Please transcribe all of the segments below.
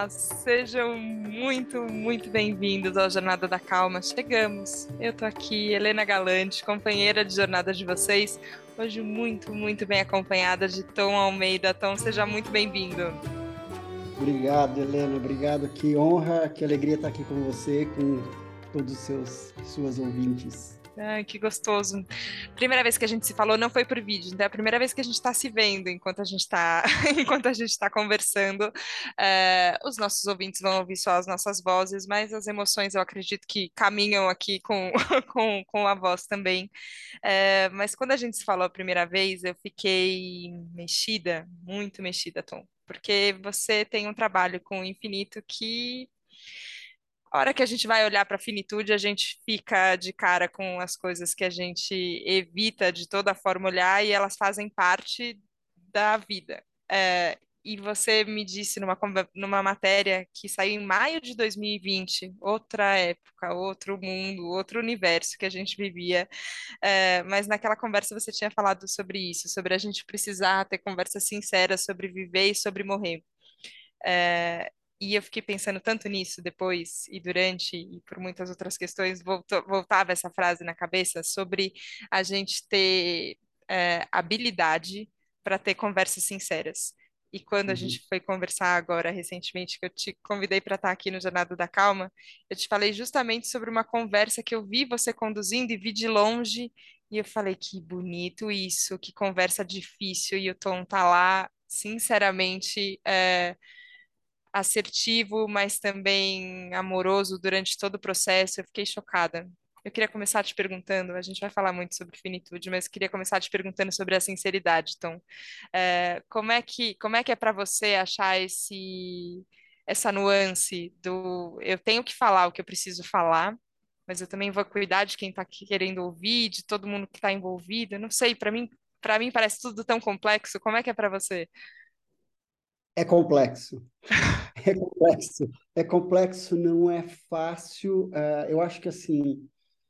Olá, sejam muito bem-vindos ao Jornada da Calma. Chegamos. Eu tô aqui, Helena Galante, companheira de jornada de vocês. Hoje muito bem acompanhada de Tom Almeida. Tom, seja muito bem-vindo. Obrigado, Helena. Obrigado. Que honra, que alegria estar aqui com você, com todos os suas ouvintes. Ai, que gostoso. Primeira vez que a gente se falou não foi por vídeo, então é a primeira vez que a gente está se vendo enquanto a gente está enquanto a gente está conversando. Os nossos ouvintes vão ouvir só as nossas vozes, mas as emoções eu acredito que caminham aqui com, com a voz também. Mas quando a gente se falou a primeira vez, eu fiquei mexida, muito mexida, Tom, porque você tem um trabalho com o infinito que a hora que a gente vai olhar para a finitude, a gente fica de cara com as coisas que a gente evita de toda forma olhar e elas fazem parte da vida. E você me disse numa matéria que saiu em maio de 2020, outra época, outro mundo, outro universo que a gente vivia. Mas naquela conversa você tinha falado sobre isso, sobre a gente precisar ter conversas sinceras sobre viver e sobre morrer. É, e eu fiquei pensando tanto nisso depois e durante e por muitas outras questões, voltava essa frase na cabeça sobre a gente ter habilidade para ter conversas sinceras. E quando a Uhum. gente foi conversar agora recentemente, que eu te convidei para estar aqui no Jornada da Calma, eu te falei justamente sobre uma conversa que eu vi você conduzindo e vi de longe, e eu falei, que bonito isso, que conversa difícil, e o Tom tá lá, sinceramente, assertivo, mas também amoroso durante todo o processo. Eu fiquei chocada. Eu queria começar te perguntando, a gente vai falar muito sobre finitude, mas queria começar te perguntando sobre a sinceridade, Tom. Como é que é para você achar essa nuance do eu tenho que falar o que eu preciso falar, mas eu também vou cuidar de quem está querendo ouvir, de todo mundo que está envolvido. Eu não sei, para mim parece tudo tão complexo. Como é que é para você? É complexo. É complexo. É complexo, não é fácil. Eu acho que, assim,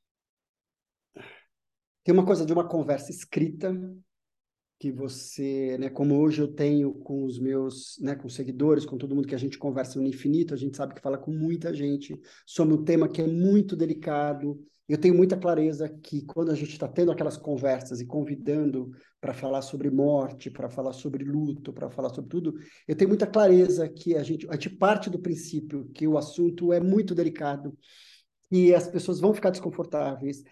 tem uma coisa de uma conversa escrita que você, né, como hoje eu tenho com os meus, né, com seguidores, com todo mundo que a gente conversa no infinito, a gente sabe que fala com muita gente sobre um tema que é muito delicado. Eu tenho muita clareza que quando a gente está tendo aquelas conversas e convidando para falar sobre morte, para falar sobre luto, para falar sobre tudo, eu tenho muita clareza que a gente parte do princípio que o assunto é muito delicado e as pessoas vão ficar desconfortáveis.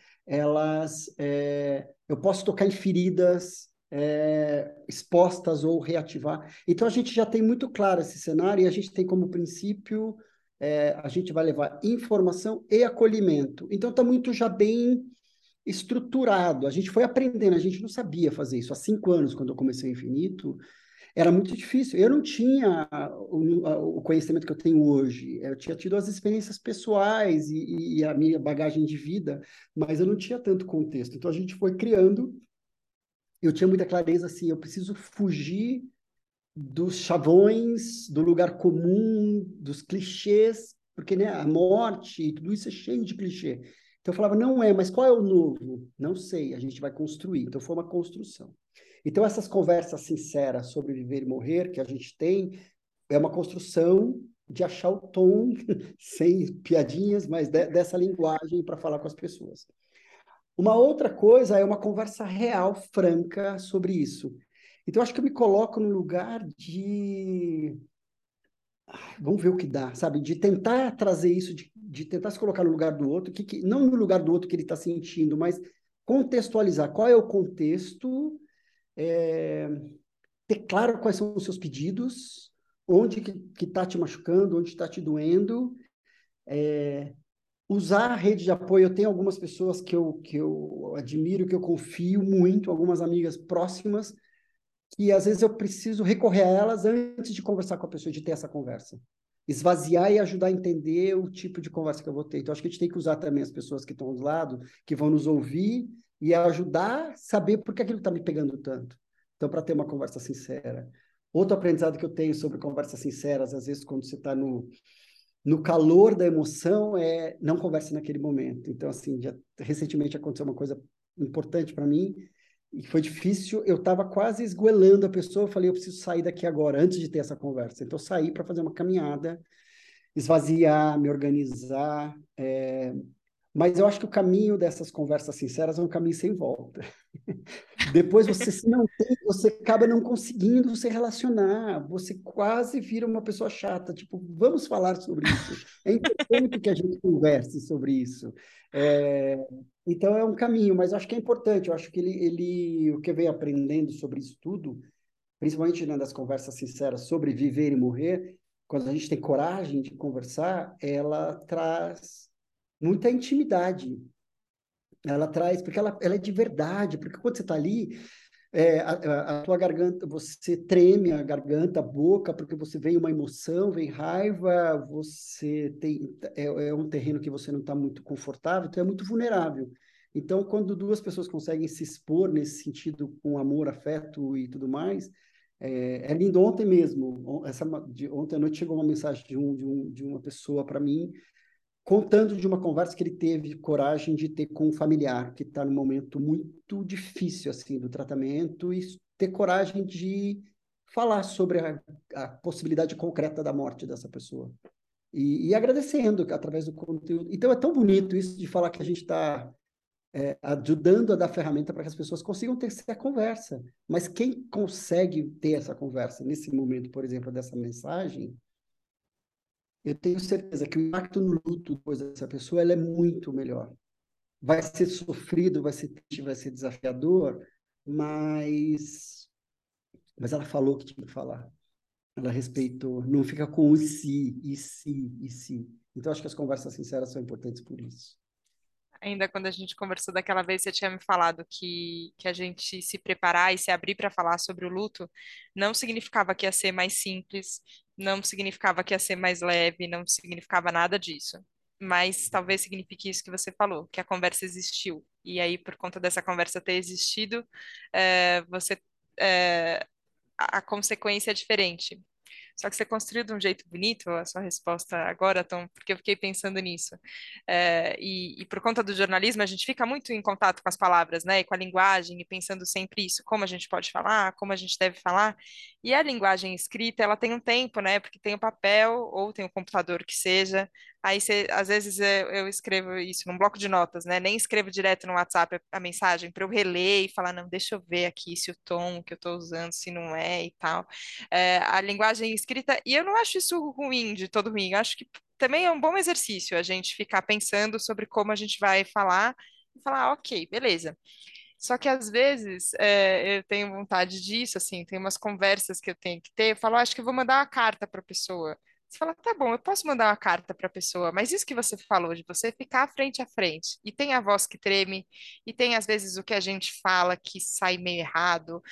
Eu posso tocar em feridas expostas ou reativar. Então a gente já tem muito claro esse cenário e a gente tem como princípio a gente vai levar informação e acolhimento. Então está muito já bem estruturado. A gente foi aprendendo, a gente não sabia fazer isso. Há 5 anos, quando eu comecei o Infinito, era muito difícil. Eu não tinha o conhecimento que eu tenho hoje. Eu tinha tido as experiências pessoais e a minha bagagem de vida, mas eu não tinha tanto contexto. Então a gente foi criando. Eu tinha muita clareza assim, eu preciso fugir dos chavões, do lugar comum, dos clichês, porque né, a morte e tudo isso é cheio de clichê. Então eu falava, não é, mas qual é o novo? Não sei, a gente vai construir. Então foi uma construção. Então essas conversas sinceras sobre viver e morrer que a gente tem é uma construção de achar o tom, sem piadinhas, mas dessa linguagem para falar com as pessoas. Uma outra coisa é uma conversa real, franca sobre isso. Então, acho que eu me coloco no lugar de. Vamos ver o que dá, sabe? De tentar trazer isso, de tentar se colocar no lugar do outro, não no lugar do outro que ele está sentindo, mas contextualizar qual é o contexto, é, ter claro quais são os seus pedidos, onde que está te machucando, onde está te doendo, usar a rede de apoio. Eu tenho algumas pessoas que eu admiro, que eu confio muito, algumas amigas próximas, que às vezes eu preciso recorrer a elas antes de conversar com a pessoa, de ter essa conversa. Esvaziar e ajudar a entender o tipo de conversa que eu vou ter. Então, acho que a gente tem que usar também as pessoas que estão do lado, que vão nos ouvir e ajudar a saber por que aquilo está me pegando tanto. Então, para ter uma conversa sincera. Outro aprendizado que eu tenho sobre conversas sinceras, às vezes, quando você está no calor da emoção, não converse naquele momento. Então, assim, recentemente aconteceu uma coisa importante para mim, e foi difícil, eu estava quase esgoelando a pessoa, eu falei, eu preciso sair daqui agora, antes de ter essa conversa. Então, eu saí para fazer uma caminhada, esvaziar, me organizar, mas eu acho que o caminho dessas conversas sinceras é um caminho sem volta. Depois você se não tem, você acaba não conseguindo se relacionar, você quase vira uma pessoa chata, tipo, vamos falar sobre isso. É importante que a gente converse sobre isso. É, então é um caminho, mas eu acho que é importante, eu acho que o que eu venho aprendendo sobre isso tudo, principalmente né, das conversas sinceras sobre viver e morrer, quando a gente tem coragem de conversar, ela traz muita intimidade. Ela traz, porque ela é de verdade, porque quando você está ali, a tua garganta, você treme a garganta, a boca, porque você vem uma emoção, vem raiva, você tem, é um terreno que você não está muito confortável, então é muito vulnerável. Então, quando duas pessoas conseguem se expor nesse sentido, com amor, afeto e tudo mais, é lindo. Ontem mesmo, ontem à noite chegou uma mensagem de uma pessoa para mim, contando de uma conversa que ele teve coragem de ter com um familiar que está num momento muito difícil assim do tratamento e ter coragem de falar sobre a possibilidade concreta da morte dessa pessoa e agradecendo através do conteúdo. Então é tão bonito isso de falar que a gente está ajudando a dar ferramenta para que as pessoas consigam ter essa conversa. Mas quem consegue ter essa conversa nesse momento, por exemplo, dessa mensagem, eu tenho certeza que o impacto no luto depois dessa pessoa ela é muito melhor. Vai ser sofrido, vai ser triste, vai ser desafiador, mas, mas ela falou o que tinha que falar. Ela respeitou, não fica com o se, e se, e se. Então, acho que as conversas sinceras são importantes por isso. Ainda quando a gente conversou daquela vez, você tinha me falado que a gente se preparar e se abrir para falar sobre o luto não significava que ia ser mais simples, não significava que ia ser mais leve, não significava nada disso. Mas talvez signifique isso que você falou, que a conversa existiu. E aí, por conta dessa conversa ter existido, você, a consequência é diferente. Só que você construiu de um jeito bonito a sua resposta agora, Tom, porque eu fiquei pensando nisso. E por conta do jornalismo, a gente fica muito em contato com as palavras, né, e com a linguagem, e pensando sempre isso, como a gente pode falar, como a gente deve falar. E a linguagem escrita, ela tem um tempo, né, porque tem o papel ou tem o computador que seja. Aí, às vezes, eu escrevo isso num bloco de notas, né, nem escrevo direto no WhatsApp a mensagem para eu reler e falar, não, deixa eu ver aqui se o tom que eu estou usando, se não é e tal, a linguagem escrita, e eu não acho isso ruim, de todo ruim, eu acho que também é um bom exercício a gente ficar pensando sobre como a gente vai falar e falar, "Ah, ok, beleza." Só que às vezes eu tenho vontade disso, assim, tem umas conversas que eu tenho que ter, eu falo, "Ah, acho que eu vou mandar uma carta para a pessoa." Você fala, tá bom, eu posso mandar uma carta para a pessoa, mas isso que você falou, de você ficar frente a frente, e tem a voz que treme, e tem às vezes o que a gente fala que sai meio errado,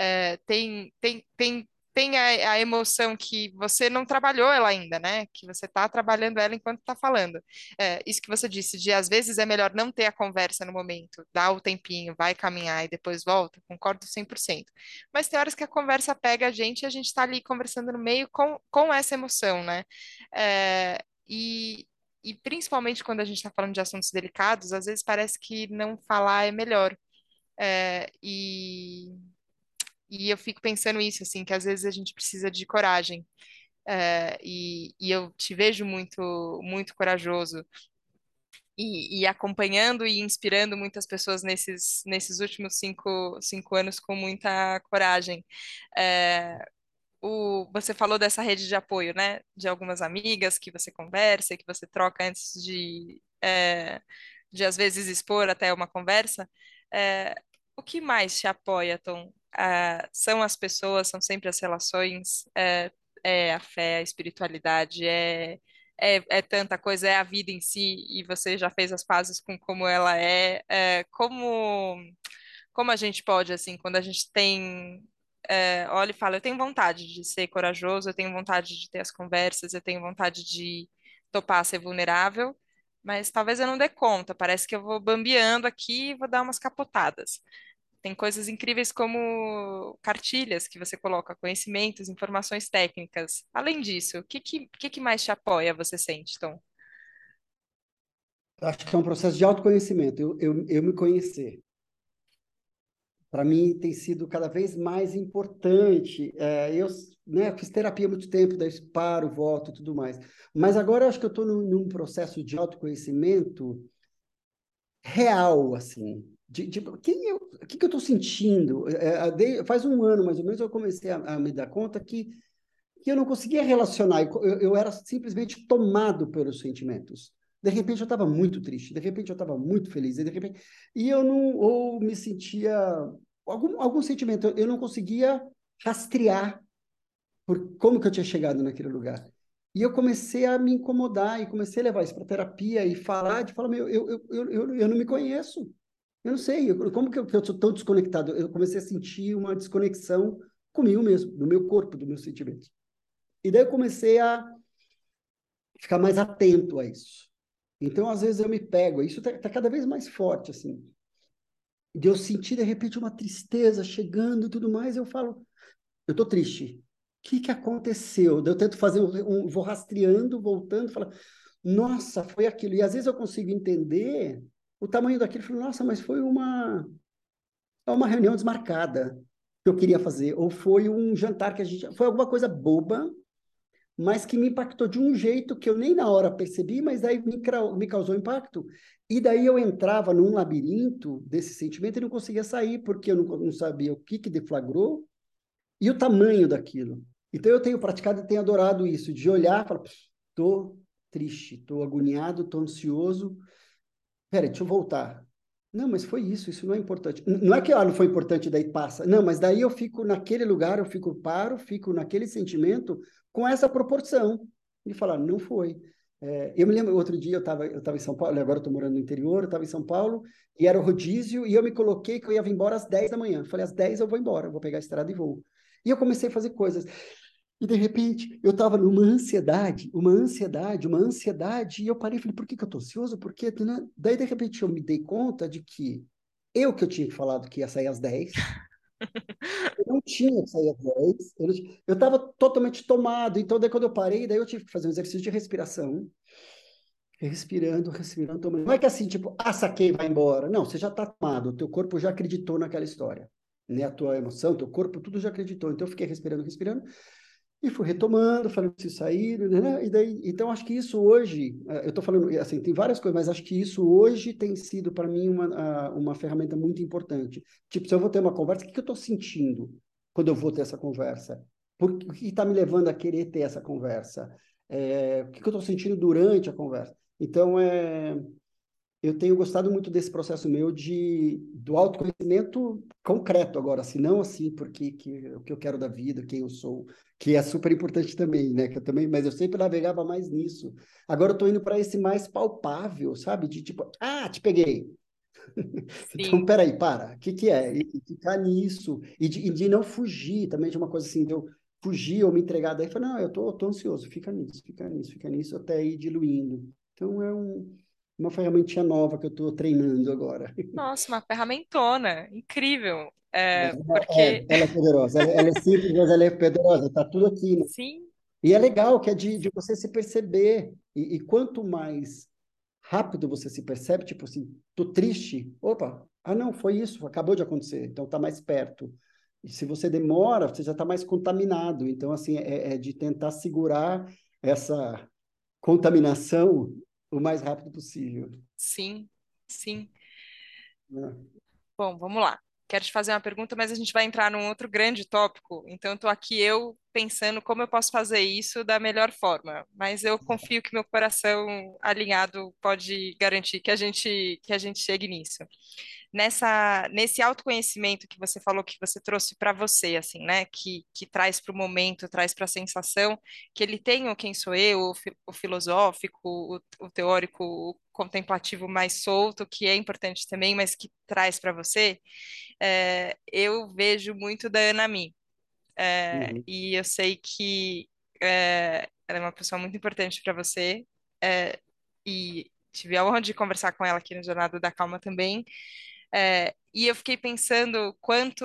tem a emoção que você não trabalhou ela ainda, né? Que você está trabalhando ela enquanto está falando. Isso que você disse, de às vezes é melhor não ter a conversa no momento, dá o tempinho, vai caminhar e depois volta, concordo 100%. Mas tem horas que a conversa pega a gente e a gente está ali conversando no meio com essa emoção, né? É, e, e principalmente quando a gente está falando de assuntos delicados, às vezes parece que não falar é melhor. É, e eu fico pensando isso, assim, que às vezes a gente precisa de coragem. E eu te vejo muito, muito corajoso e acompanhando e inspirando muitas pessoas nesses últimos cinco anos com muita coragem. É, você falou dessa rede de apoio, né? De algumas amigas que você conversa, que você troca antes de às vezes expor até uma conversa. É, o que mais te apoia, Tom? São as pessoas, são sempre as relações, é a fé, a espiritualidade, é tanta coisa, é a vida em si, e você já fez as pazes com como ela como a gente pode, assim, quando a gente olha e fala, eu tenho vontade de ser corajoso, eu tenho vontade de ter as conversas, eu tenho vontade de topar ser vulnerável, mas talvez eu não dê conta, parece que eu vou bambeando aqui e vou dar umas capotadas. Tem coisas incríveis como cartilhas que você coloca, conhecimentos, informações técnicas. Além disso, o que mais te apoia, você sente, Tom? Acho que é um processo de autoconhecimento, eu me conhecer. para mim tem sido cada vez mais importante. Eu, né, fiz terapia há muito tempo, daí paro, volto e tudo mais. Mas agora eu acho que eu estou num processo de autoconhecimento real, assim. O que eu estou sentindo? Faz um ano, mais ou menos, eu comecei a me dar conta que eu não conseguia relacionar, eu era simplesmente tomado pelos sentimentos. De repente eu estava muito triste, de repente eu estava muito feliz, e de repente e eu não ou me sentia algum sentimento, eu não conseguia rastrear por como que eu tinha chegado naquele lugar. E eu comecei a me incomodar e comecei a levar isso para terapia e falar, meu, eu não me conheço. Eu não sei, como que eu sou tão desconectado? Eu comecei a sentir uma desconexão comigo mesmo, do meu corpo, dos meus sentimentos. E daí eu comecei a ficar mais atento a isso. Então, às vezes, eu me pego, isso tá cada vez mais forte, assim. De eu sentir, de repente, uma tristeza chegando e tudo mais, eu falo, eu tô triste. O que que aconteceu? Daí eu tento fazer vou rastreando, voltando, falo, nossa, foi aquilo. E às vezes eu consigo entender o tamanho daquilo. Eu falo, nossa, mas foi uma reunião desmarcada que eu queria fazer, ou foi um jantar que a gente, foi alguma coisa boba, mas que me impactou de um jeito que eu nem na hora percebi, mas daí me causou impacto. E daí eu entrava num labirinto desse sentimento e não conseguia sair, porque eu não sabia o que deflagrou e o tamanho daquilo. Então eu tenho praticado e tenho adorado isso, de olhar e falar, estou triste, estou agoniado, estou ansioso. Peraí, deixa eu voltar. Não, mas foi isso, isso não é importante. Não é que não foi importante, daí passa. Não, mas daí eu fico naquele lugar, fico naquele sentimento com essa proporção. E falar, não foi. Eu me lembro, outro dia eu tava em São Paulo, agora eu estou morando no interior, eu estava em São Paulo, e era o rodízio, e eu me coloquei que eu ia vir embora às 10 da manhã. Eu falei, às 10 eu vou embora, eu vou pegar a estrada e vou. E eu comecei a fazer coisas. E de repente eu estava numa ansiedade, e eu parei e falei, por que que eu estou ansioso? Porque, né? Daí de repente eu me dei conta de que eu tinha falado que ia sair às 10, eu não tinha que sair às 10, eu estava totalmente tomado, então daí quando eu parei, daí eu tive que fazer um exercício de respiração, respirando, tomando. Não é que assim, tipo, saquei, vai embora. Não, você já está tomado, o teu corpo já acreditou naquela história, né? A tua emoção, teu corpo, tudo já acreditou. Então eu fiquei respirando, e fui retomando, falando se sair, né? E daí, então acho que isso hoje, eu estou falando, assim, tem várias coisas, mas acho que isso hoje tem sido para mim uma ferramenta muito importante. Tipo, se eu vou ter uma conversa, o que eu estou sentindo quando eu vou ter essa conversa? O que está me levando a querer ter essa conversa? O que eu estou sentindo durante a conversa? Então, eu tenho gostado muito desse processo meu do autoconhecimento concreto agora, se não assim, porque o que eu quero da vida, quem eu sou, que é super importante também, né? Que eu também, mas eu sempre navegava mais nisso. Agora eu estou indo para esse mais palpável, sabe? De tipo, te peguei. Então, Sim. peraí, para. O que que é? E ficar nisso. E de não fugir também de uma coisa assim, de eu fugir ou me entregar. Daí, falar, não, eu tô ansioso. Fica nisso, até ir diluindo. Então, uma ferramentinha nova que eu estou treinando agora. Nossa, uma ferramentona, incrível. Porque, Ela é poderosa. Ela é simples, mas ela é poderosa. Tá tudo aqui, né? sim, E é legal que é de você se perceber. E quanto mais rápido você se percebe, tipo assim, tô triste. Opa, não, foi isso, acabou de acontecer. Então tá mais perto. E se você demora, você já está mais contaminado. Então, assim, é de tentar segurar essa contaminação o mais rápido possível, sim, sim. né? Bom, vamos lá. Quero te fazer uma pergunta, mas a gente vai entrar num outro grande tópico. Então, estou aqui eu pensando como eu posso fazer isso da melhor forma. Mas eu confio que meu coração alinhado pode garantir que a gente chegue nisso. Nesse autoconhecimento que você falou que você trouxe para você, assim, né? Que traz para o momento, traz para a sensação, que ele tem o quem sou eu, o filosófico, o teórico, o contemplativo mais solto, que é importante também, mas que traz para você, eu vejo muito da Ana Mi. Uhum. E eu sei que ela é uma pessoa muito importante para você, e tive a honra de conversar com ela aqui no Jornada da Calma também. E eu fiquei pensando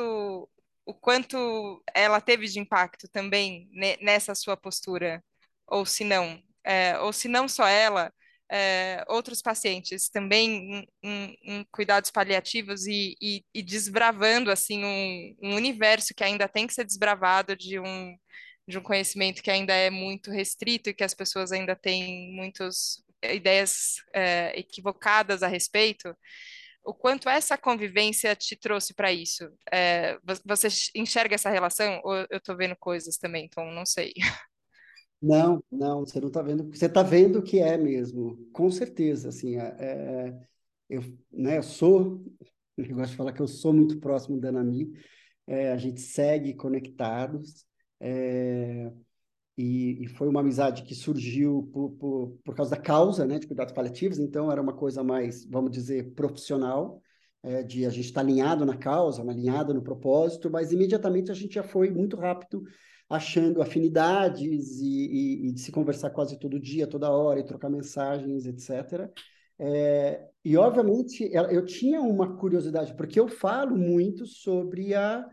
o quanto ela teve de impacto também nessa sua postura, ou se não só ela, outros pacientes também em cuidados paliativos e desbravando assim um universo que ainda tem que ser desbravado de um conhecimento que ainda é muito restrito e que as pessoas ainda têm muitas ideias equivocadas a respeito. O quanto essa convivência te trouxe para isso? Você enxerga essa relação? Ou eu estou vendo coisas também, então não sei. Não, não, você não está vendo. Você está vendo o que é mesmo, com certeza. Assim, eu, né, eu gosto de falar que eu sou muito próximo da Anami, a gente segue conectados, é, e foi uma amizade que surgiu por causa da causa, né, de cuidados paliativos, então era uma coisa mais, vamos dizer, profissional, de a gente estar alinhado na causa, alinhado no propósito, mas imediatamente a gente já foi muito rápido achando afinidades e de se conversar quase todo dia, toda hora, e trocar mensagens, etc. E, obviamente, eu tinha uma curiosidade, porque eu falo muito sobre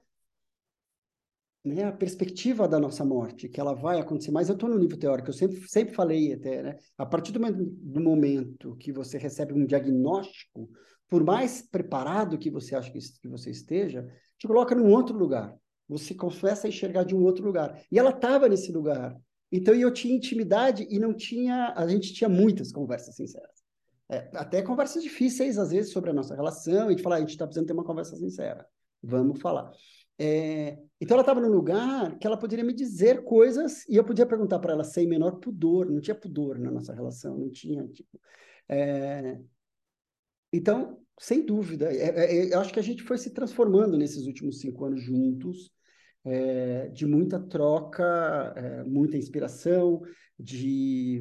né, a perspectiva da nossa morte, que ela vai acontecer, mas eu estou no nível teórico, eu sempre falei até, né, a partir do momento que você recebe um diagnóstico, por mais preparado que você acha que você esteja, te coloca num outro lugar, você começa a enxergar de um outro lugar, e ela estava nesse lugar, então eu tinha intimidade e não tinha, a gente tinha muitas conversas sinceras, até conversas difíceis às vezes sobre a nossa relação, e de falar, a gente está precisando ter uma conversa sincera, vamos falar. Então ela estava num lugar que ela poderia me dizer coisas e eu podia perguntar para ela sem menor pudor, não tinha pudor na nossa relação, não tinha, tipo. é, então, sem dúvida, eu acho que a gente foi se transformando nesses últimos 5 anos juntos, de muita troca, muita inspiração, de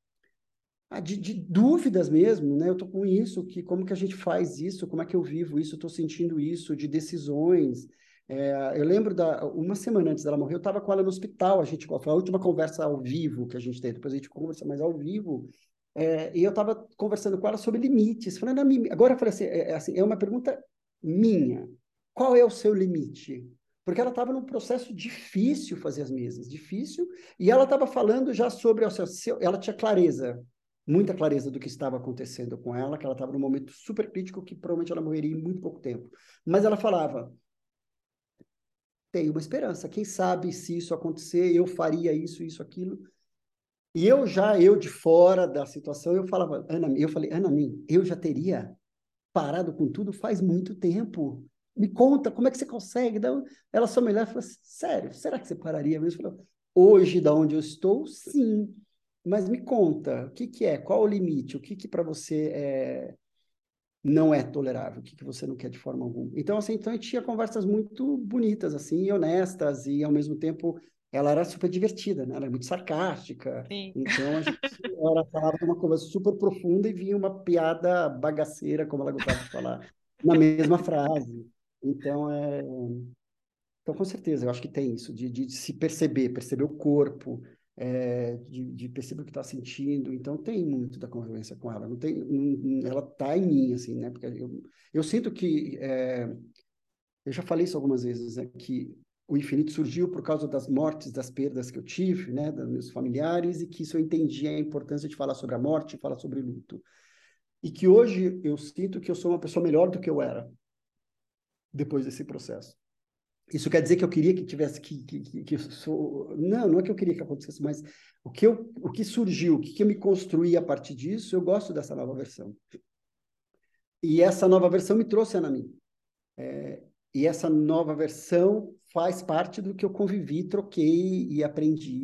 de dúvidas mesmo, né? Eu tô com isso, que como que a gente faz isso, como é que eu vivo isso, eu tô sentindo isso, de decisões. Eu lembro uma semana antes dela morrer, eu estava com ela no hospital, foi a última conversa ao vivo que a gente teve, depois a gente conversa mais ao vivo, e eu estava conversando com ela sobre limites, falando, agora eu falei assim, é uma pergunta minha, qual é o seu limite? Porque ela estava num processo difícil fazer as mesas, difícil, e ela estava falando já sobre, ela tinha clareza, muita clareza do que estava acontecendo com ela, que ela estava num momento super crítico, que provavelmente ela morreria em muito pouco tempo. Mas ela falava, tem uma esperança, quem sabe se isso acontecer, eu faria isso, isso, aquilo. E eu de fora da situação, eu falava, eu falei, Ana, eu já teria parado com tudo faz muito tempo. Me conta, como é que você consegue? Ela só me olhava e falou assim, sério, será que você pararia mesmo? Falou, hoje, da onde eu estou, sim. Mas me conta, o que que é? Qual o limite? O que que para você não é tolerável? O que que você não quer de forma alguma? Então, assim, então a gente tinha conversas muito bonitas, assim, e honestas, e ao mesmo tempo ela era super divertida, né? Ela era muito sarcástica. Sim. Então ela falava de uma conversa super profunda e vinha uma piada bagaceira, como ela gostava de falar, na mesma frase. Então, então, com certeza, eu acho que tem isso, de se perceber, perceber o corpo, de perceber o que está sentindo. Então, tem muito da convivência com ela. Não tem, ela está em mim, assim, né? Porque eu sinto que, eu já falei isso algumas vezes, né? Que o infinito surgiu por causa das mortes, das perdas que eu tive, né? Dos meus familiares, e que isso eu entendi a importância de falar sobre a morte, falar sobre luto. E que hoje eu sinto que eu sou uma pessoa melhor do que eu era depois desse processo. Isso quer dizer que eu queria que tivesse que eu sou... Não, não é que eu queria que acontecesse, mas o que surgiu, o que eu me construí a partir disso, eu gosto dessa nova versão. E essa nova versão me trouxe a Anami. E essa nova versão faz parte do que eu convivi, troquei e aprendi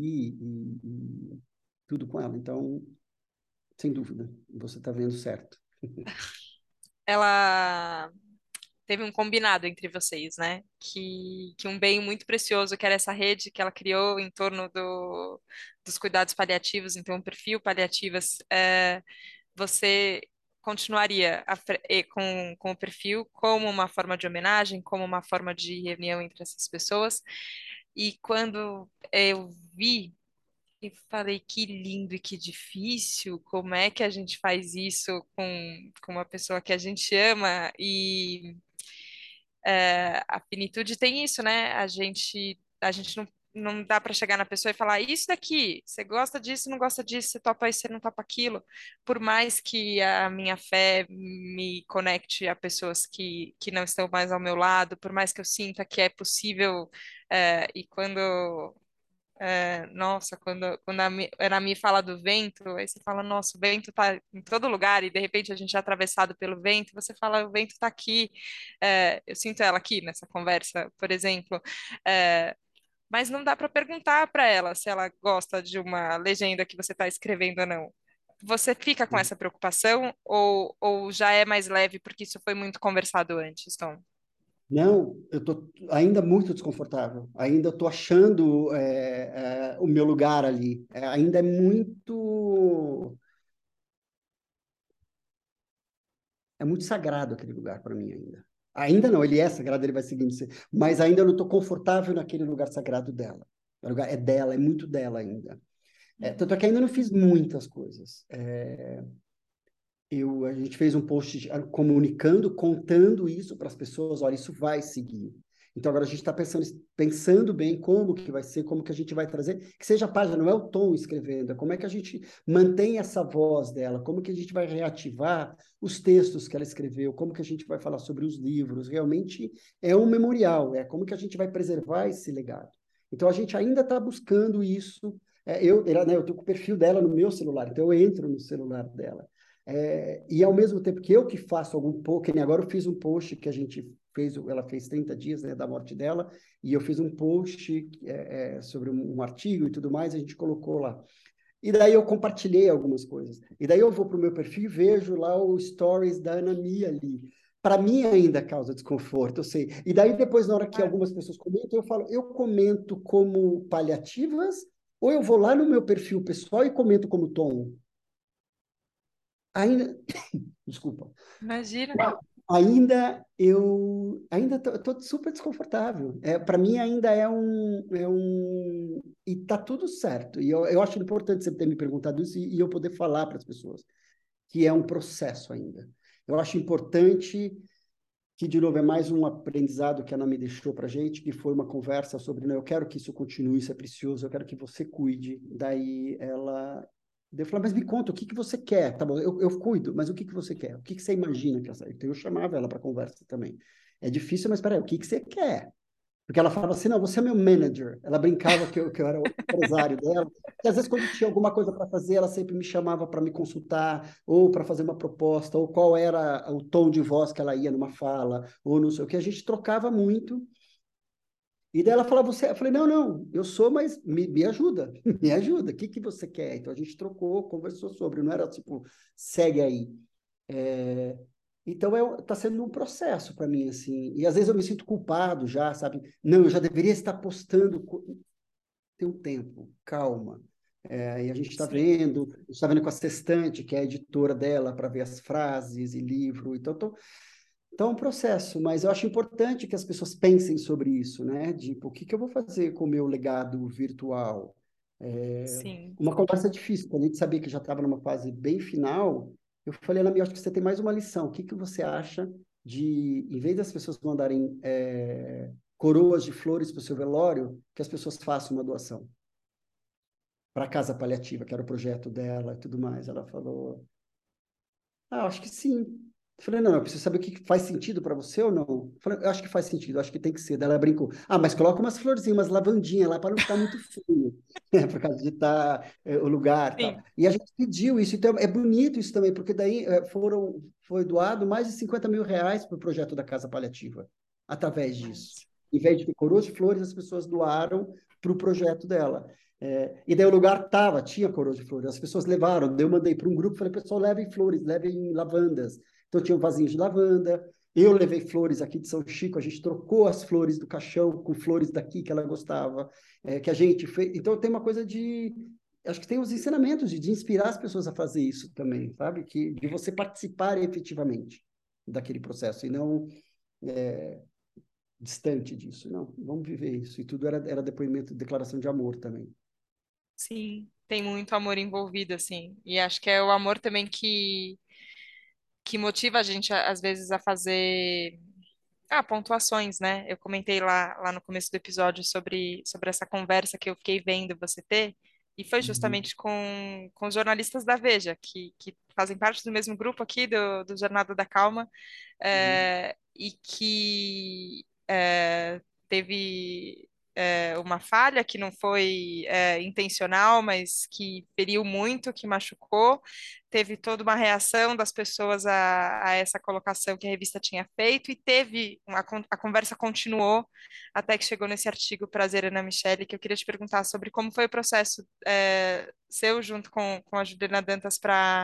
e tudo com ela. Então, sem dúvida, você está vendo certo. Ela teve um combinado entre vocês, né? Que um bem muito precioso, que era essa rede que ela criou em torno dos cuidados paliativos, então um perfil paliativas, você continuaria com o perfil como uma forma de homenagem, como uma forma de reunião entre essas pessoas. E quando eu vi e falei que lindo e que difícil, como é que a gente faz isso com uma pessoa que a gente ama a finitude tem isso, né? A gente não dá para chegar na pessoa e falar isso daqui, você gosta disso, não gosta disso, você topa isso, você não topa aquilo. Por mais que a minha fé me conecte a pessoas que não estão mais ao meu lado, por mais que eu sinta que é possível, e quando nossa, quando a Nami fala do vento, aí você fala, nossa, o vento tá em todo lugar, e de repente a gente é atravessado pelo vento, você fala, o vento tá aqui. Eu sinto ela aqui nessa conversa, por exemplo. É, mas não dá para perguntar para ela se ela gosta de uma legenda que você está escrevendo ou não. Você fica com essa preocupação ou já é mais leve porque isso foi muito conversado antes, Tom? Não, eu estou ainda muito desconfortável. Ainda estou achando o meu lugar ali. Ainda é muito sagrado aquele lugar para mim ainda. Ainda não, ele é sagrado, ele vai seguindo ser, mas ainda eu não estou confortável naquele lugar sagrado dela. O lugar é dela, é muito dela ainda. Tanto é que ainda não fiz muitas coisas. A gente fez um post comunicando, contando isso para as pessoas, olha, isso vai seguir. Então agora a gente está pensando bem como que vai ser, como que a gente vai trazer, que seja a página, não é o Tom escrevendo, é como é que a gente mantém essa voz dela, como que a gente vai reativar os textos que ela escreveu, como que a gente vai falar sobre os livros, realmente é um memorial, é como que a gente vai preservar esse legado. Então a gente ainda está buscando isso. Eu estou com o perfil dela no meu celular, então eu entro no celular dela. E ao mesmo tempo que eu que faço algum pouco, que nem agora eu fiz um post que a gente fez, ela fez 30 dias, né, da morte dela, e eu fiz um post sobre um artigo e tudo mais, a gente colocou lá. E daí eu compartilhei algumas coisas. E daí eu vou para o meu perfil e vejo lá o stories da Ana Mia ali. Para mim ainda causa desconforto, eu sei. E daí depois, na hora que Claro. algumas pessoas comentam, eu falo, eu comento como paliativas ou eu vou lá no meu perfil pessoal e comento como tom? Ainda, desculpa. Imagina. Ainda tô super desconfortável. Para mim ainda e tá tudo certo. E eu acho importante você ter me perguntado isso e eu poder falar para as pessoas que é um processo ainda. Eu acho importante que, de novo, é mais um aprendizado que ela me deixou para gente, que foi uma conversa sobre, né, eu quero que isso continue, isso é precioso, eu quero que você cuide. Daí eu falei, mas me conta, o que que você quer? Tá bom, eu cuido, mas o que que você quer? O que que você imagina que essa... Então eu chamava ela para conversa também. É difícil, mas peraí, o que que você quer? Porque ela falava assim, não, você é meu manager. Ela brincava que eu era o empresário dela. E às vezes, quando tinha alguma coisa para fazer, ela sempre me chamava para me consultar, ou para fazer uma proposta, ou qual era o tom de voz que ela ia numa fala, ou não sei o que. A gente trocava muito. E daí ela falava, eu falei, não, não, eu sou, mas me ajuda, me ajuda. O que que você quer? Então a gente trocou, conversou sobre, não era tipo, segue aí. É, então tá sendo um processo para mim assim, e às vezes eu me sinto culpado já, sabe? Não, eu já deveria estar postando. Tem um tempo, calma. E a gente Sim, está vendo com a Sextante, que é a editora dela, para ver as frases e livro. Então é um processo, mas eu acho importante que as pessoas pensem sobre isso, né? Tipo, o que que eu vou fazer com o meu legado virtual? sim, Uma conversa difícil, quando a gente sabia que já estava numa fase bem final, eu falei, Ana, eu acho que você tem mais uma lição. O que que você acha de, em vez das pessoas mandarem coroas de flores para o seu velório, que as pessoas façam uma doação para a casa paliativa, que era o projeto dela e tudo mais. Ela falou, acho que sim. Eu falei, não, eu preciso saber o que faz sentido para você ou não. Eu falei, eu acho que faz sentido, eu acho que tem que ser. Daí ela brincou, mas coloca umas florzinhas, umas lavandinhas lá para não ficar muito feio, por causa de estar o lugar e tal. sim. E a gente pediu isso, então é bonito isso também, porque daí foi doado mais de 50 mil reais para o projeto da Casa Paliativa, através disso. Nossa. Em vez de ter coroas de flores, as pessoas doaram para o projeto dela. E daí o lugar tinha coroa de flores, as pessoas levaram, daí eu mandei para um grupo, falei, pessoal, levem flores, levem lavandas. Então tinha um vasinho de lavanda, eu levei flores aqui de São Chico, a gente trocou as flores do caixão com flores daqui que ela gostava, que a gente fez. Então tem uma coisa de, acho que tem os ensinamentos de inspirar as pessoas a fazer isso também, sabe? De você participar efetivamente daquele processo e não distante disso. Não, vamos viver isso. E tudo era depoimento, declaração de amor também. Sim, tem muito amor envolvido, assim. E acho que é o amor também que motiva a gente, às vezes, a fazer. Pontuações, né? Eu comentei lá no começo do episódio sobre essa conversa que eu fiquei vendo você ter, e foi Uhum, justamente com os jornalistas da Veja, que fazem parte do mesmo grupo aqui do Jornada da Calma, uhum. e que teve uma falha que não foi intencional, mas que feriu muito, que machucou. Teve toda uma reação das pessoas a essa colocação que a revista tinha feito, e a conversa continuou até que chegou nesse artigo Prazer, Ana Michele, que eu queria te perguntar sobre como foi o processo seu junto com a Juliana Dantas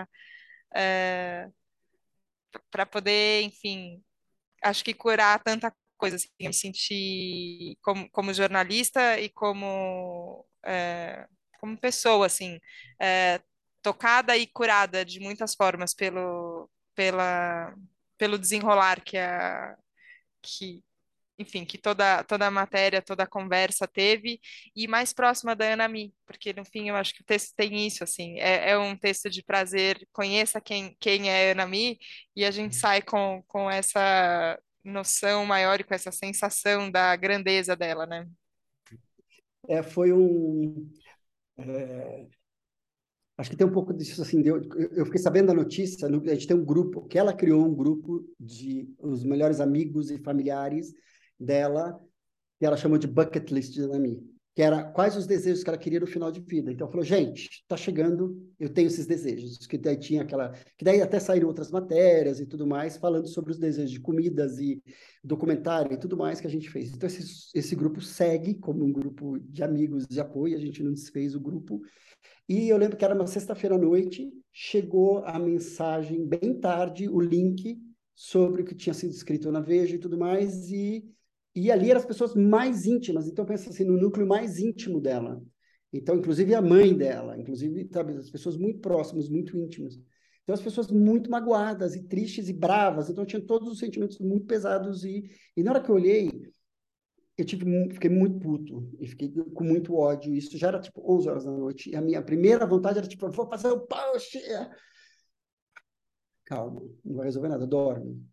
para poder, enfim, acho que curar tanta coisa, assim, eu me senti como jornalista e como pessoa, assim, é, tocada e curada de muitas formas pela, pelo desenrolar que, enfim, que toda a matéria, toda a conversa teve, e mais próxima da Ana Mi, porque no fim eu acho que o texto tem isso, assim, é um texto de prazer, conheça quem é Ana Mi, e a gente sai com essa noção maior e com essa sensação da grandeza dela, né? Foi um. Acho que tem um pouco disso, assim, eu fiquei sabendo da notícia, a gente tem um grupo, que ela criou um grupo de os melhores amigos e familiares dela, que ela chamou de bucket list de Nami, que era quais os desejos que ela queria no final de vida. Então, falou, gente, está chegando, eu tenho esses desejos, que daí tinha aquela, que daí até saíram outras matérias e tudo mais, falando sobre os desejos de comidas e documentário e tudo mais que a gente fez. Então, esse grupo segue como um grupo de amigos de apoio, a gente não desfez o grupo, e eu lembro que era uma sexta-feira à noite, chegou a mensagem bem tarde, o link sobre o que tinha sido escrito na Veja e tudo mais, e ali eram as pessoas mais íntimas, então pensa assim, no núcleo mais íntimo dela. Então, inclusive a mãe dela, inclusive, sabe, as pessoas muito próximas, muito íntimas. Então, as pessoas muito magoadas e tristes e bravas, então tinha todos os sentimentos muito pesados, e na hora que eu olhei, fiquei muito puto e fiquei com muito ódio. Isso já era tipo 11 horas da noite. E a minha primeira vontade era tipo, vou fazer o post. Calma, não vai resolver nada, dorme.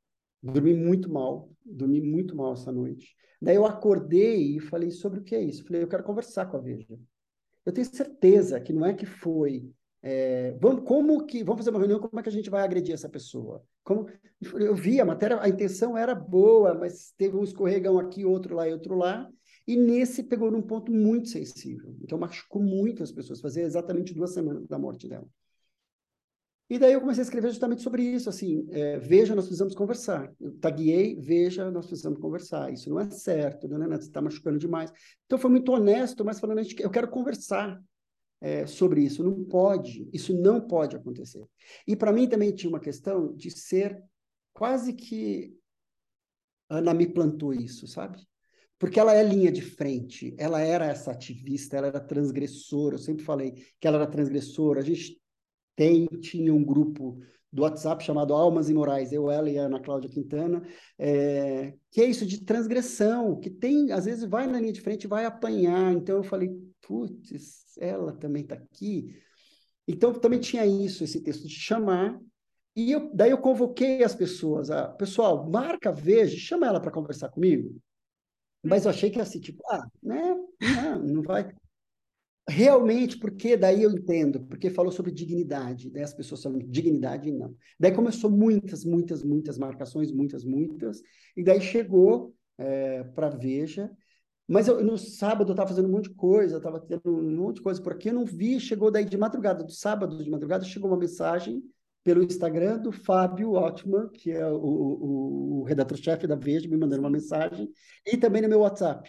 Dormi muito mal essa noite. Daí eu acordei e falei sobre o que é isso. Falei, eu quero conversar com a Veja. Eu tenho certeza que não é que foi. Vamos fazer uma reunião, como é que a gente vai agredir essa pessoa? Eu vi a matéria, a intenção era boa, mas teve um escorregão aqui, outro lá e outro lá, e nesse pegou num ponto muito sensível. Então machucou muito as pessoas, fazia exatamente 2 semanas da morte dela. E daí eu comecei a escrever justamente sobre isso, assim, veja, nós precisamos conversar. Eu taguei, veja, nós precisamos conversar. Isso não é certo, né? Você está machucando demais. Então foi muito honesto, mas falando, eu quero conversar sobre isso. Não pode, isso não pode acontecer. E para mim também tinha uma questão de ser quase que a Ana me plantou isso, sabe? Porque ela é linha de frente, ela era essa ativista, ela era transgressora, eu sempre falei que ela era transgressora. A gente tinha um grupo do WhatsApp chamado Almas Imorais, eu, ela e a Ana Cláudia Quintana, que é isso de transgressão, que tem, às vezes vai na linha de frente e vai apanhar. Então eu falei, putz, ela também está aqui. Então também tinha isso, esse texto de chamar, e daí eu convoquei as pessoas, pessoal, marca, veja, chama ela para conversar comigo. Mas eu Uhum. achei que assim, tipo, né, não vai. Realmente, porque daí eu entendo, porque falou sobre dignidade, né? As pessoas falam dignidade, não. Daí começou muitas, muitas, muitas marcações, muitas, muitas, e daí chegou para Veja, mas no sábado eu estava fazendo um monte de coisa, eu estava tendo um monte de coisa por aqui, eu não vi, chegou daí de madrugada, do sábado de madrugada, chegou uma mensagem pelo Instagram do Fábio Altman, que é o redator-chefe da Veja, me mandando uma Sim. mensagem, e também no meu WhatsApp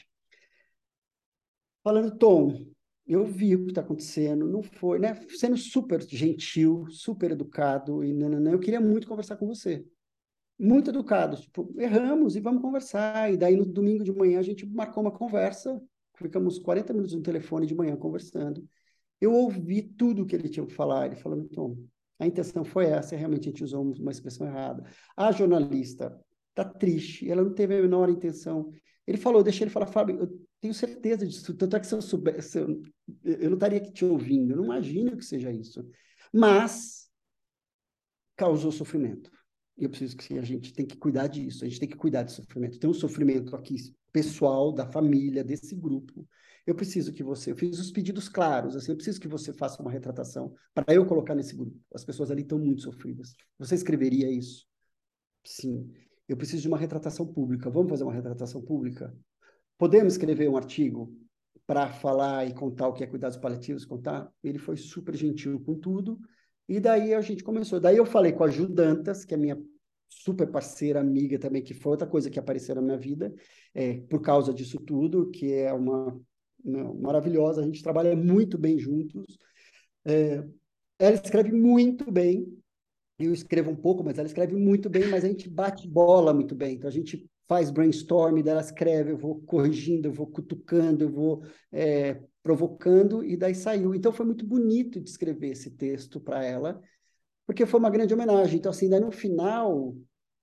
falando, Tom, eu vi o que está acontecendo, não foi, né? Sendo super gentil, super educado, e nananã, eu queria muito conversar com você. Muito educado, tipo, erramos e vamos conversar. E daí no domingo de manhã a gente marcou uma conversa, ficamos 40 minutos no telefone de manhã conversando. Eu ouvi tudo que ele tinha que falar, ele falando, Tom, a intenção foi essa, realmente a gente usou uma expressão errada. A jornalista está triste, ela não teve a menor intenção. Ele falou, deixa ele falar, Fábio, eu tenho certeza disso, tanto é que se eu soubesse, eu não estaria aqui te ouvindo, eu não imagino que seja isso. Mas causou sofrimento. Eu preciso que a gente tem que cuidar disso, a gente tem que cuidar desse sofrimento. Tem um sofrimento aqui pessoal, da família, desse grupo. Eu preciso que você, eu fiz os pedidos claros, assim, eu preciso que você faça uma retratação para eu colocar nesse grupo. As pessoas ali estão muito sofridas. Você escreveria isso? Sim. Eu preciso de uma retratação pública. Vamos fazer uma retratação pública? Podemos escrever um artigo para falar e contar o que é cuidados paliativos, contar? Ele foi super gentil com tudo. E daí a gente começou. Daí eu falei com a Ju Dantas, que é minha super parceira, amiga também, que foi outra coisa que apareceu na minha vida, por causa disso tudo, que é uma maravilhosa. A gente trabalha muito bem juntos. É, ela escreve muito bem, eu escrevo um pouco, mas ela escreve muito bem, mas a gente bate bola muito bem. Então a gente faz brainstorm, daí ela escreve, eu vou corrigindo, eu vou cutucando, eu vou provocando, e daí saiu. Então foi muito bonito de escrever esse texto para ela, porque foi uma grande homenagem. Então, assim, daí no final,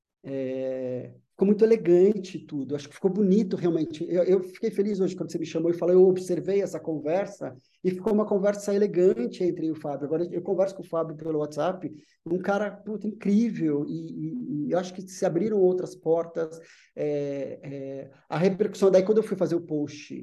ficou muito elegante tudo. Acho que ficou bonito, realmente. Eu fiquei feliz hoje quando você me chamou e falou, eu observei essa conversa e ficou uma conversa elegante entre eu e o Fábio. Agora, eu converso com o Fábio pelo WhatsApp, um cara, puta, incrível, e eu acho que se abriram outras portas. A repercussão, daí quando eu fui fazer o post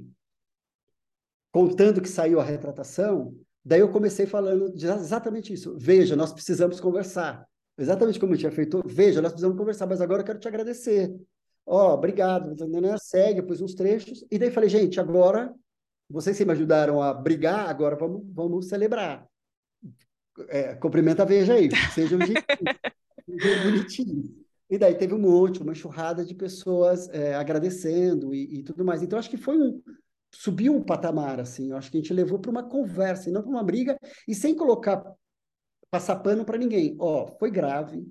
contando que saiu a retratação, daí eu comecei falando exatamente isso. Veja, nós precisamos conversar. Exatamente como eu tinha feito. Veja, nós precisamos conversar, mas agora eu quero te agradecer. Ó, obrigado. Segue, pus uns trechos. E daí falei, gente, agora vocês que me ajudaram a brigar, agora vamos celebrar. Cumprimenta a Veja aí, sejam gentis, sejam bonitinhos. E daí teve um monte, uma enxurrada de pessoas agradecendo e tudo mais. Então, acho que subiu um patamar, assim. Eu acho que a gente levou para uma conversa, e não para uma briga, e sem passar pano para ninguém. Ó, foi grave,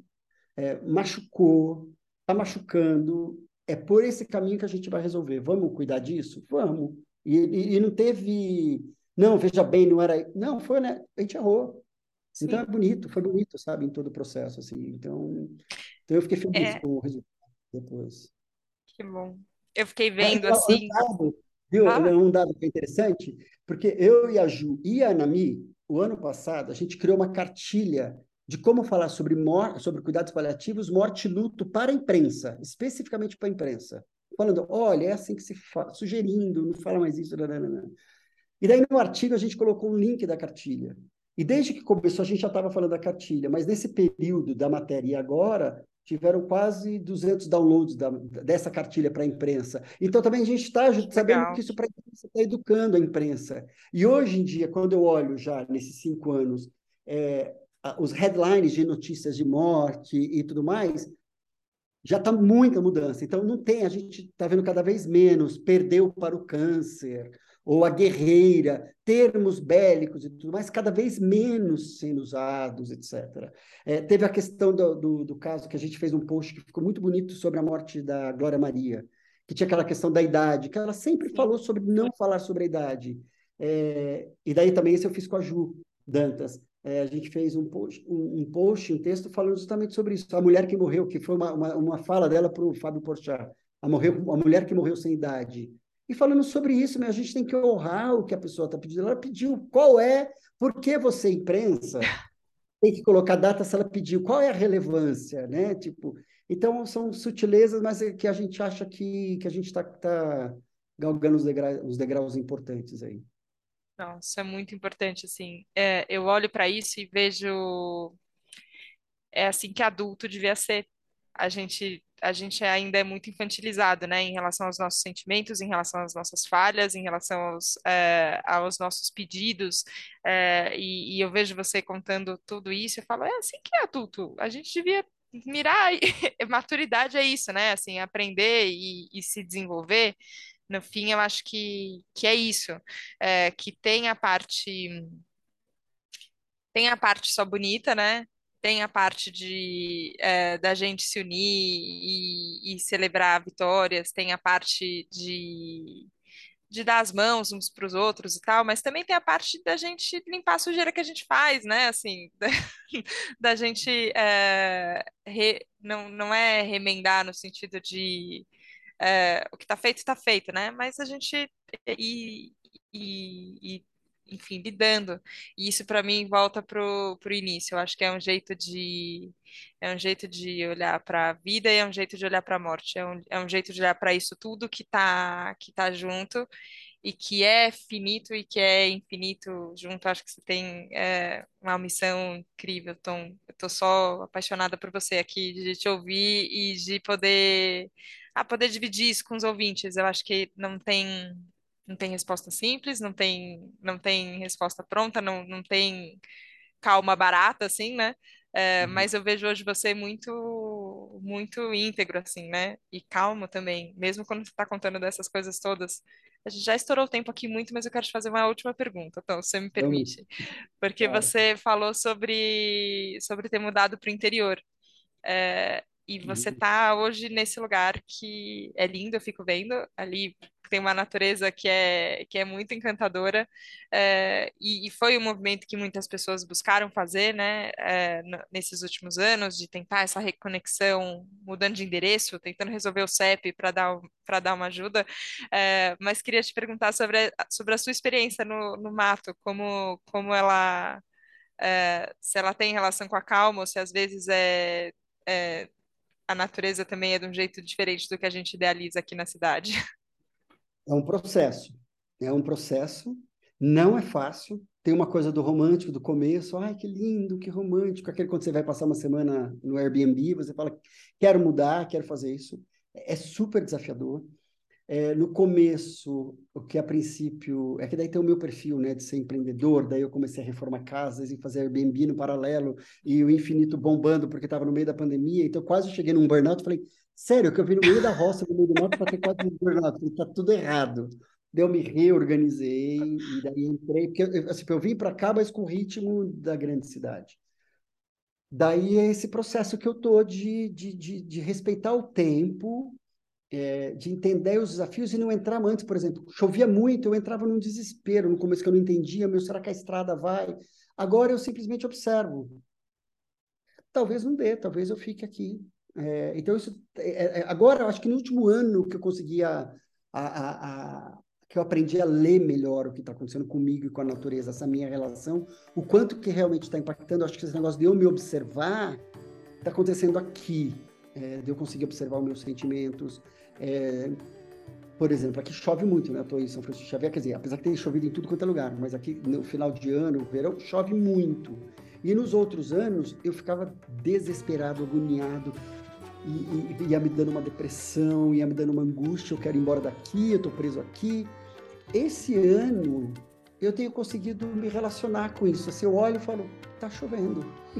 machucou, está machucando, é por esse caminho que a gente vai resolver. Vamos cuidar disso? Vamos. E não teve, não, veja bem, não era. Não, foi, né? A gente errou. Então é Sim, bonito, foi bonito, sabe, em todo o processo, assim. Então eu fiquei feliz é, com o resultado depois. que bom. Eu fiquei E vendo assim. viu, Fala? um dado que é interessante, porque eu e a Ju e a Anami, o ano passado, a gente criou uma cartilha de como falar sobre cuidados paliativos, morte e luto para a imprensa, especificamente para a imprensa. Falando, olha, é assim que se faz, sugerindo, não fala mais isso, nananana. E daí no artigo a gente colocou um link da cartilha. E desde que começou a gente já estava falando da cartilha, mas nesse período da matéria e agora tiveram quase 200 downloads dessa cartilha para a imprensa. Então também a gente está Que sabendo que legal. isso para a imprensa está educando a imprensa. E hoje em dia, quando eu olho já nesses 5 anos, os headlines de notícias de morte e tudo mais, já está muita mudança. Então, não tem, a gente está vendo cada vez menos, perdeu para o câncer, ou a guerreira, termos bélicos e tudo mais, cada vez menos sendo usados, etc. Teve a questão do caso que a gente fez um post que ficou muito bonito sobre a morte da Glória Maria, que tinha aquela questão da idade, que ela sempre Sim. falou sobre não falar sobre a idade. E daí também esse eu fiz com a Ju Dantas. A gente fez um texto falando justamente sobre isso. A mulher que morreu, que foi uma fala dela para o Fábio Porchat, a mulher que morreu sem idade. E falando sobre isso, né, a gente tem que honrar o que a pessoa está pedindo. Ela pediu por que você, imprensa, tem que colocar data se ela pediu, qual é a relevância, né? Tipo, então, são sutilezas, mas que a gente acha que a gente está galgando os degraus importantes aí. Nossa, é muito importante, assim. É, eu olho para isso e vejo, é assim que adulto devia ser. A gente ainda é muito infantilizado, né, em relação aos nossos sentimentos, em relação às nossas falhas, em relação aos nossos pedidos. E eu vejo você contando tudo isso, eu falo, é assim que é adulto. A gente devia mirar. Maturidade é isso, né? Assim, aprender e se desenvolver. No fim, eu acho que é isso. Que tem a parte só bonita, né? Tem a parte da gente se unir e celebrar vitórias, tem a parte de dar as mãos uns para os outros e tal, mas também tem a parte da gente limpar a sujeira que a gente faz, né? Assim, da gente não é remendar no sentido de o que está feito, né? Mas a gente ir, enfim, lidando. E isso para mim volta pro início. Eu acho que é um jeito de olhar para a vida e é um jeito de olhar para a morte. É um jeito de olhar para isso tudo que tá junto e que é finito e que é infinito junto. Acho que você tem uma missão incrível, Tom. Eu tô só apaixonada por você aqui, de te ouvir e de poder dividir isso com os ouvintes. Eu acho que não tem resposta simples, não tem resposta pronta, não tem calma barata, assim, né? Uhum. Mas eu vejo hoje você muito íntegro, assim, né? E calmo também, mesmo quando você está contando dessas coisas todas. A gente já estourou o tempo aqui muito, mas eu quero te fazer uma última pergunta, então, se você me Vamos, permite. Porque claro. você falou sobre ter mudado para o interior. E você Uhum. tá hoje nesse lugar que é lindo, eu fico vendo. Ali tem uma natureza que é muito encantadora. E foi um movimento que muitas pessoas buscaram fazer, né, nesses últimos anos, de tentar essa reconexão, mudando de endereço, tentando resolver o CEP para dar uma ajuda. Mas queria te perguntar sobre a sua experiência no mato, como ela. Se ela tem relação com a calma, ou se às vezes é a natureza também é de um jeito diferente do que a gente idealiza aqui na cidade. É um processo. É um processo. Não é fácil. Tem uma coisa do romântico, do começo. Ai, que lindo, que romântico. Aquele quando você vai passar uma semana no Airbnb, você fala, quero mudar, quero fazer isso. É super desafiador. No começo, o que a princípio... É que daí tem o meu perfil, né, de ser empreendedor. Daí eu comecei a reformar casas e fazer Airbnb no paralelo. E o infinito bombando, porque estava no meio da pandemia. Então, quase cheguei num burnout. Falei, sério, que eu vim no meio da roça, no meio do mato, para ter quase um burnout. Falei, tá tudo errado. Daí eu me reorganizei e daí entrei. Porque assim, eu vim para cá, mas com o ritmo da grande cidade. Daí é esse processo que eu tô de respeitar o tempo, de entender os desafios e não entrar antes, por exemplo. Chovia muito, eu entrava num desespero no começo que eu não entendia, meu, será que a estrada vai? Agora eu simplesmente observo. Talvez não dê, talvez eu fique aqui. Então, isso, agora, eu acho que no último ano que eu consegui que eu aprendi a ler melhor o que está acontecendo comigo e com a natureza, essa minha relação, o quanto que realmente está impactando, eu acho que esse negócio de eu me observar está acontecendo aqui, de eu conseguir observar os meus sentimentos. É, por exemplo, aqui chove muito, né? Eu estou em São Francisco Xavier, quer dizer, apesar que tem chovido em tudo quanto é lugar, mas aqui no final de ano, verão, chove muito. E nos outros anos, eu ficava desesperado, agoniado, e ia me dando uma depressão, ia me dando uma angústia, eu quero ir embora daqui, eu estou preso aqui. Esse ano, eu tenho conseguido me relacionar com isso. Assim, eu olho e falo, tá chovendo.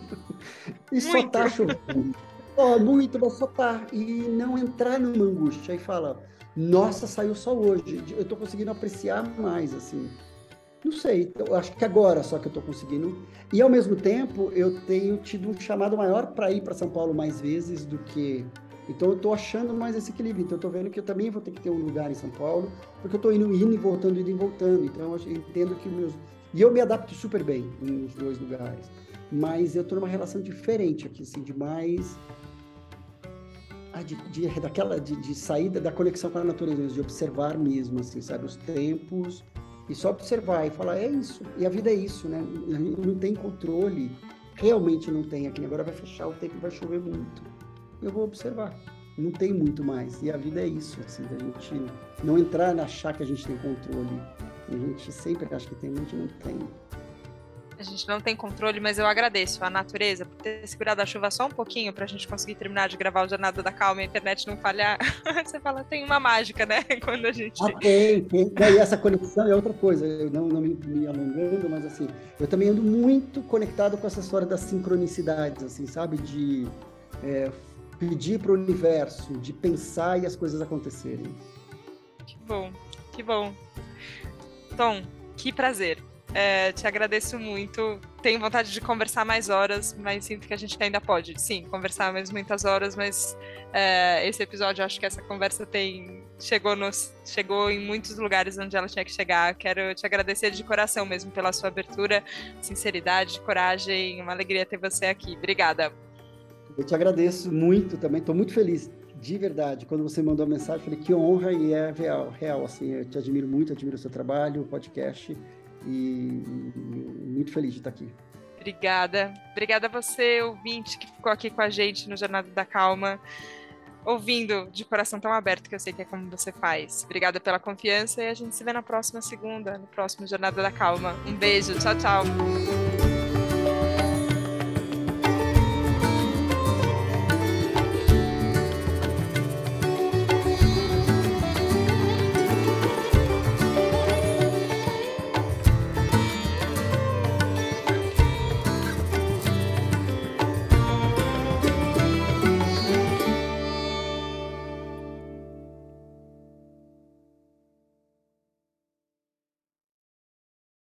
E só Muito. tá chovendo. Ó, muito, mas só tá. E não entrar numa angústia. Aí fala, nossa, saiu só hoje. Eu tô conseguindo apreciar mais, assim. Não sei, eu acho que agora só que eu tô conseguindo. E ao mesmo tempo, eu tenho tido um chamado maior para ir para São Paulo mais vezes do que. Então eu tô achando mais esse equilíbrio. Então eu tô vendo que eu também vou ter que ter um lugar em São Paulo, porque eu tô indo e voltando, indo e voltando. Então eu entendo que meus. E eu me adapto super bem nos dois lugares. Mas eu tô numa relação diferente aqui, assim, de mais de saída da conexão com a natureza, de observar mesmo, assim, sabe, os tempos, e só observar e falar, é isso, e a vida é isso, né? Não tem controle, realmente não tem. Aqui agora vai fechar o tempo, vai chover muito. Eu vou observar, não tem muito mais. E a vida é isso, assim, da gente não entrar, achar que a gente tem controle. A gente sempre acha que tem, mas a gente não tem. A gente não tem controle, mas eu agradeço a natureza por ter segurado a chuva só um pouquinho para a gente conseguir terminar de gravar o Jornada da Calma e a internet não falhar. Você fala, tem uma mágica, né? Quando a gente. Ah, tem. Daí essa conexão é outra coisa, eu não me alongando, mas assim, eu também ando muito conectado com essa história das sincronicidades, assim, sabe? De é, pedir para o universo, de pensar e as coisas acontecerem. Que bom, que bom. Tom, que prazer. Te agradeço muito. Tenho vontade de conversar mais horas, mas sinto que a gente ainda pode, sim, conversar mais muitas horas, mas esse episódio, acho que essa conversa chegou em muitos lugares onde ela tinha que chegar. Quero te agradecer de coração mesmo pela sua abertura, sinceridade, coragem, uma alegria ter você aqui. Obrigada. Eu te agradeço muito também, estou muito feliz, de verdade. Quando você mandou a mensagem, eu falei que honra e é real, real, assim, eu te admiro muito, admiro o seu trabalho, o podcast, e muito feliz de estar aqui. Obrigada. Obrigada a você, ouvinte, que ficou aqui com a gente no Jornada da Calma, ouvindo de coração tão aberto, que eu sei que é como você faz. Obrigada pela confiança e a gente se vê na próxima segunda, no próximo Jornada da Calma. Um beijo, tchau, tchau.